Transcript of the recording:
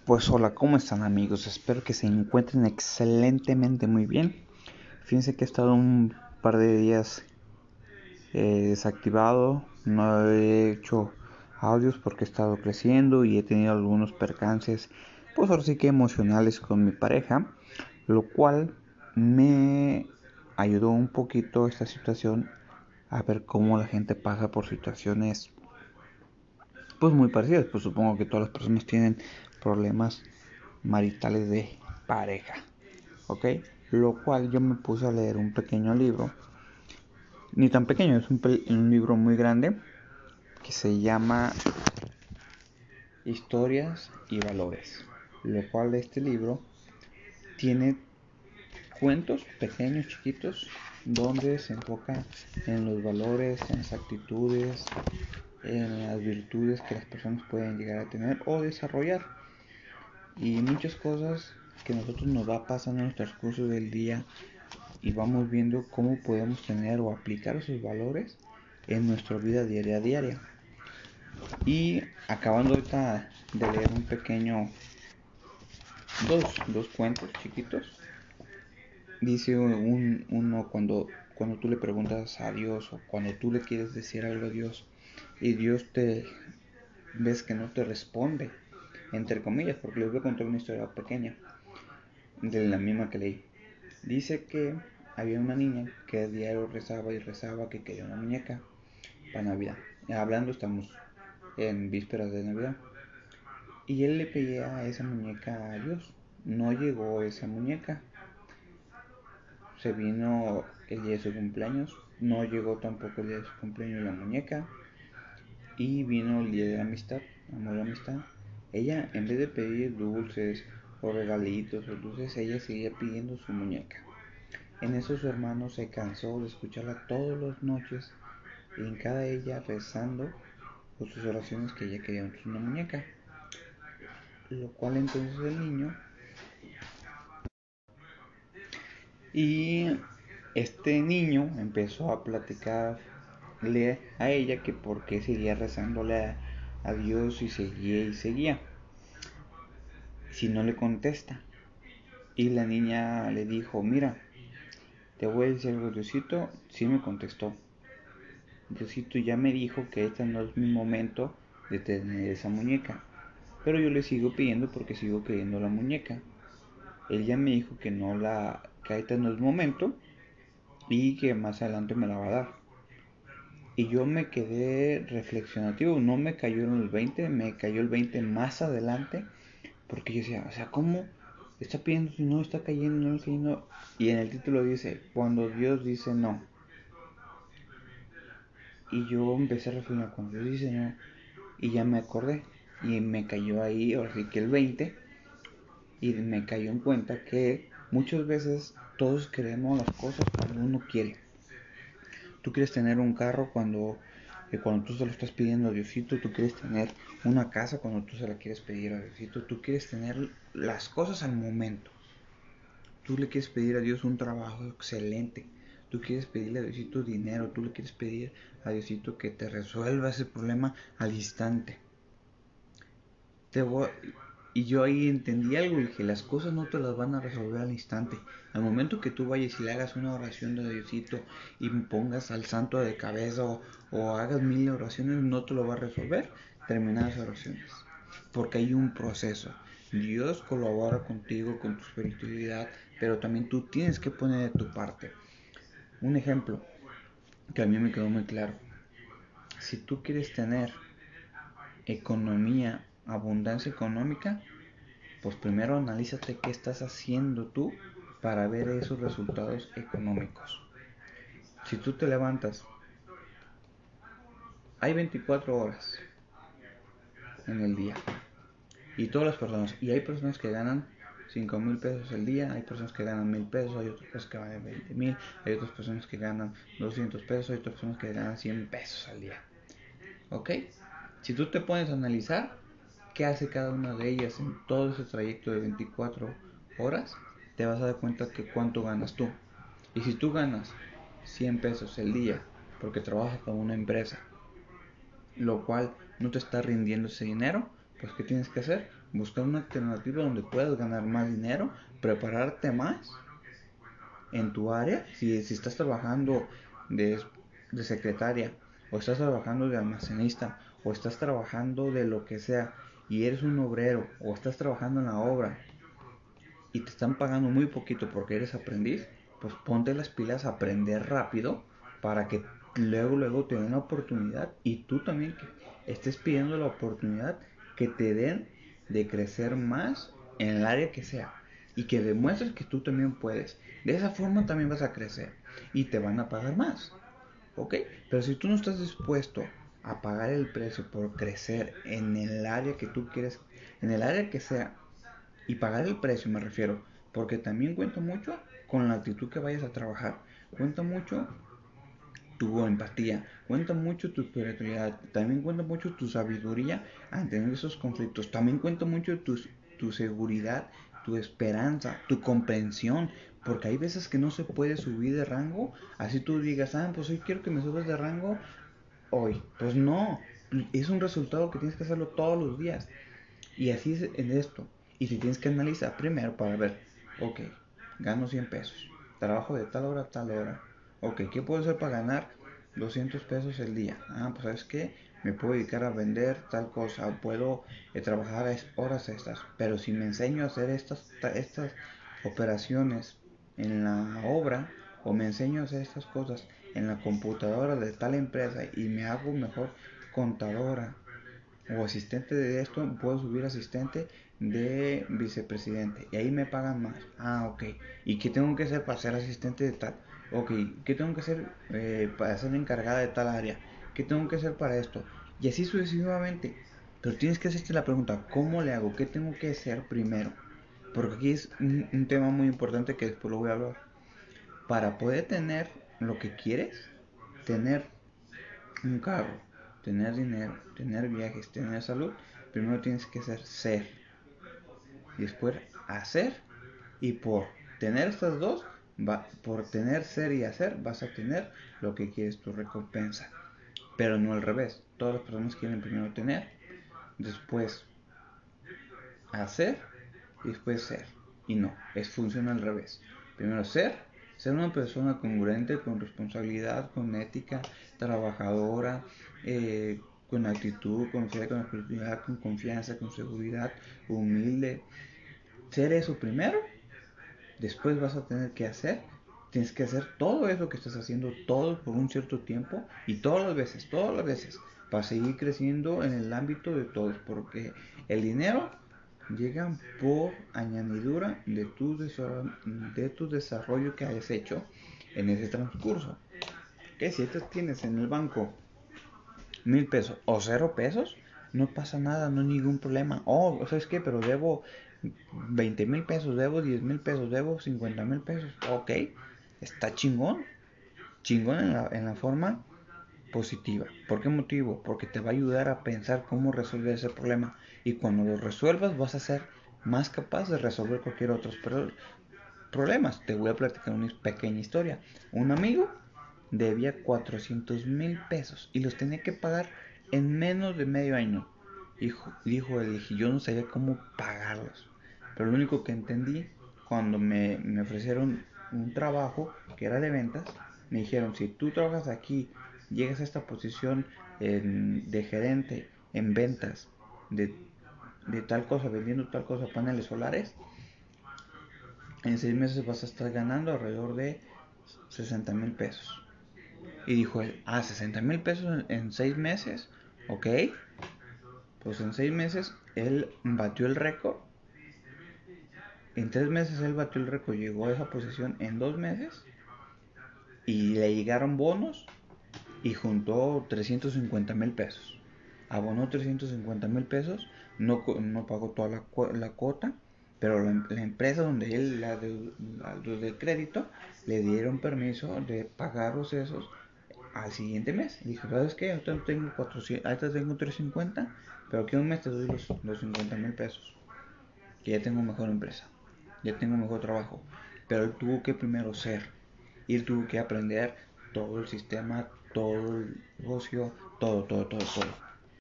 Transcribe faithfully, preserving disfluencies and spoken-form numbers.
Pues hola, ¿cómo están amigos? Espero que se encuentren excelentemente muy bien. Fíjense que he estado un par de días eh, desactivado, no he hecho audios porque he estado creciendo y he tenido algunos percances, pues ahora sí que emocionales con mi pareja, lo cual me ayudó un poquito esta situación a ver cómo la gente pasa por situaciones pues muy parecidas. Pues supongo que todas las personas tienen problemas maritales de pareja, ¿ok? Lo cual yo me puse a leer un pequeño libro, ni tan pequeño, es un, un libro muy grande que se llama Historias y Valores, lo cual este libro tiene cuentos pequeños, chiquitos, donde se enfoca en los valores, en las actitudes, en las virtudes que las personas pueden llegar a tener o desarrollar, y muchas cosas que nosotros nos va pasando en el transcurso del día y vamos viendo cómo podemos tener o aplicar esos valores en nuestra vida diaria a diaria. Y acabando ahorita de leer un pequeño, dos, dos cuentos chiquitos, dice un, uno cuando, cuando tú le preguntas a Dios o cuando tú le quieres decir algo a Dios y Dios te ves que no te responde, entre comillas, porque les voy a contar una historia pequeña de la misma que leí. Dice que había una niña que a diario rezaba y rezaba que quería una muñeca para Navidad. Hablando, estamos en vísperas de Navidad. Y él le pedía a esa muñeca a Dios. No llegó esa muñeca. Se vino el día de su cumpleaños. No llegó tampoco el día de su cumpleaños la muñeca. Y vino el día de la amistad, amor y amistad. Ella, en vez de pedir dulces o regalitos o dulces, ella seguía pidiendo su muñeca. En eso su hermano se cansó de escucharla todas las noches, y en cada ella rezando por sus oraciones que ella quería una muñeca. Lo cual entonces el niño y este niño empezó a platicarle a ella que por qué seguía rezándole a, a Dios y seguía y seguía si no le contesta. Y la niña le dijo, mira, te voy a decir algo, Diosito sí me contestó. Diosito ya me dijo que este no es mi momento de tener esa muñeca, pero yo le sigo pidiendo porque sigo queriendo la muñeca. Él ya me dijo que no la, que este no es momento y que más adelante me la va a dar. Y yo me quedé reflexionativo, no me cayó en el veinte, me cayó el veinte más adelante, porque yo decía, o sea, ¿cómo está pidiendo si no está cayendo, no está cayendo? Y en el título dice, cuando Dios dice no. Y yo empecé a reflexionar, cuando Dios dice no, y ya me acordé, y me cayó ahí, ahora sí que el veinte, y me cayó en cuenta que muchas veces todos queremos las cosas cuando uno quiere. Tú quieres tener un carro cuando, eh, cuando tú se lo estás pidiendo a Diosito. Tú quieres tener una casa cuando tú se la quieres pedir a Diosito. Tú quieres tener las cosas al momento. Tú le quieres pedir a Dios un trabajo excelente. Tú quieres pedirle a Diosito dinero. Tú le quieres pedir a Diosito que te resuelva ese problema al instante. Te voy, y yo ahí entendí algo y dije, las cosas no te las van a resolver al instante. Al momento que tú vayas y le hagas una oración de Diosito y pongas al santo de cabeza o, o hagas mil oraciones, no te lo va a resolver terminadas oraciones. Porque hay un proceso. Dios colabora contigo, con tu espiritualidad, pero también tú tienes que poner de tu parte. Un ejemplo que a mí me quedó muy claro. Si tú quieres tener economía, abundancia económica, pues primero analízate qué estás haciendo tú para ver esos resultados económicos. Si tú te levantas, hay veinticuatro horas en el día y todas las personas, y hay personas que ganan cinco mil pesos al día, hay personas que ganan mil pesos, hay otras personas que ganan veinte mil, hay otras personas que ganan doscientos pesos, hay otras personas que ganan cien pesos al día. ¿Ok? Si tú te pones a analizar qué hace cada una de ellas en todo ese trayecto de veinticuatro horas, te vas a dar cuenta que cuánto ganas tú. Y si tú ganas cien pesos el día porque trabajas con una empresa, lo cual no te está rindiendo ese dinero, pues ¿qué tienes que hacer? buscar una alternativa donde puedas ganar más dinero, prepararte más en tu área. Si, si estás trabajando de, de secretaria, o estás trabajando de almacenista, o estás trabajando de lo que sea, y eres un obrero, o estás trabajando en la obra, y te están pagando muy poquito porque eres aprendiz, pues ponte las pilas a aprender rápido para que luego luego te den la oportunidad, y tú también que estés pidiendo la oportunidad que te den de crecer más en el área que sea, y que demuestres que tú también puedes. De esa forma también vas a crecer y te van a pagar más, ¿ok? Pero si tú no estás dispuesto a pagar el precio por crecer en el área que tú quieres, en el área que sea, y pagar el precio me refiero, porque también cuenta mucho con la actitud que vayas a trabajar, cuenta mucho tu empatía, cuenta mucho tu espiritualidad, también cuenta mucho tu sabiduría ante esos conflictos, también cuenta mucho tu, tu seguridad, tu esperanza, tu comprensión, porque hay veces que no se puede subir de rango, así tú digas, ah, pues hoy quiero que me subas de rango hoy, pues no, es un resultado que tienes que hacerlo todos los días. Y así es en esto. Y si tienes que analizar primero para ver, ok, gano cien pesos, trabajo de tal hora a tal hora. Ok, ¿qué puedo hacer para ganar doscientos pesos el día? Ah, pues sabes qué, me puedo dedicar a vender tal cosa, o puedo eh, trabajar horas extras. Pero si me enseño a hacer estas, estas operaciones en la obra, o me enseño a hacer estas cosas en la computadora de tal empresa, y me hago mejor contadora o asistente de esto, puedo subir asistente de vicepresidente y ahí me pagan más. Ah, ok. ¿Y qué tengo que hacer para ser asistente de tal? Ok. ¿Qué tengo que hacer eh, para ser encargada de tal área? ¿Qué tengo que hacer para esto? Y así sucesivamente. Pero tienes que hacerte la pregunta, ¿cómo le hago? ¿Qué tengo que hacer primero? Porque aquí es un, un tema muy importante que después lo voy a hablar. Para poder tener lo que quieres, tener un carro, tener dinero, tener viajes, tener salud, primero tienes que ser ser. Y después hacer. Y por tener estas dos, va, por tener ser y hacer, vas a tener lo que quieres, tu recompensa. Pero no al revés. Todas las personas quieren primero tener, después hacer y después ser. Y no, es funciona al revés. Primero ser, ser una persona congruente, con responsabilidad, con ética, trabajadora, eh, con actitud, con fe, con espiritualidad, con confianza, con seguridad, humilde. Ser eso primero, después vas a tener que hacer. Tienes que hacer todo eso que estás haciendo, todo por un cierto tiempo y todas las veces, todas las veces, para seguir creciendo en el ámbito de todos, porque el dinero llega por añadidura de tu, de tu desarrollo que hayas hecho en ese transcurso. Que si tú tienes en el banco mil pesos o cero pesos, no pasa nada, no hay ningún problema. Oh, ¿sabes qué? Pero debo veinte mil pesos, debo diez mil pesos, debo cincuenta mil pesos. Ok, está chingón. Chingón en la, en la forma positiva. ¿Por qué motivo? Porque te va a ayudar a pensar cómo resolver ese problema. Y cuando lo resuelvas vas a ser más capaz de resolver cualquier otro problemas. Te voy a platicar una pequeña historia. Un amigo debía cuatrocientos mil pesos y los tenía que pagar en menos de medio año. Dijo, dijo él, dije, yo no sabía cómo pagarlos. Pero lo único que entendí cuando me, me ofrecieron un trabajo que era de ventas, me dijeron, si tú trabajas aquí, llegas a esta posición en, de gerente en ventas de, de tal cosa, vendiendo tal cosa, paneles solares, en seis meses vas a estar ganando alrededor de sesenta mil pesos. Y dijo él, ah, sesenta mil pesos en, en seis meses, ok. Pues en seis meses él batió el récord. En tres meses él batió el récord, llegó a esa posición en dos meses. Y le llegaron bonos y juntó trescientos cincuenta mil pesos. Abonó trescientos cincuenta mil pesos, no, no pagó toda la, la cuota, pero la, la, empresa donde él, la de, la de crédito, le dieron permiso de pagarlos esos al siguiente mes. Dijo, ¿sabes qué? Ahorita tengo cuatrocientos, ahorita tengo trescientos cincuenta, pero aquí un mes te doy los, los cincuenta mil pesos. Que ya tengo mejor empresa, ya tengo mejor trabajo. Pero él tuvo que primero ser, y él tuvo que aprender todo el sistema, todo el negocio, todo, todo, todo, todo.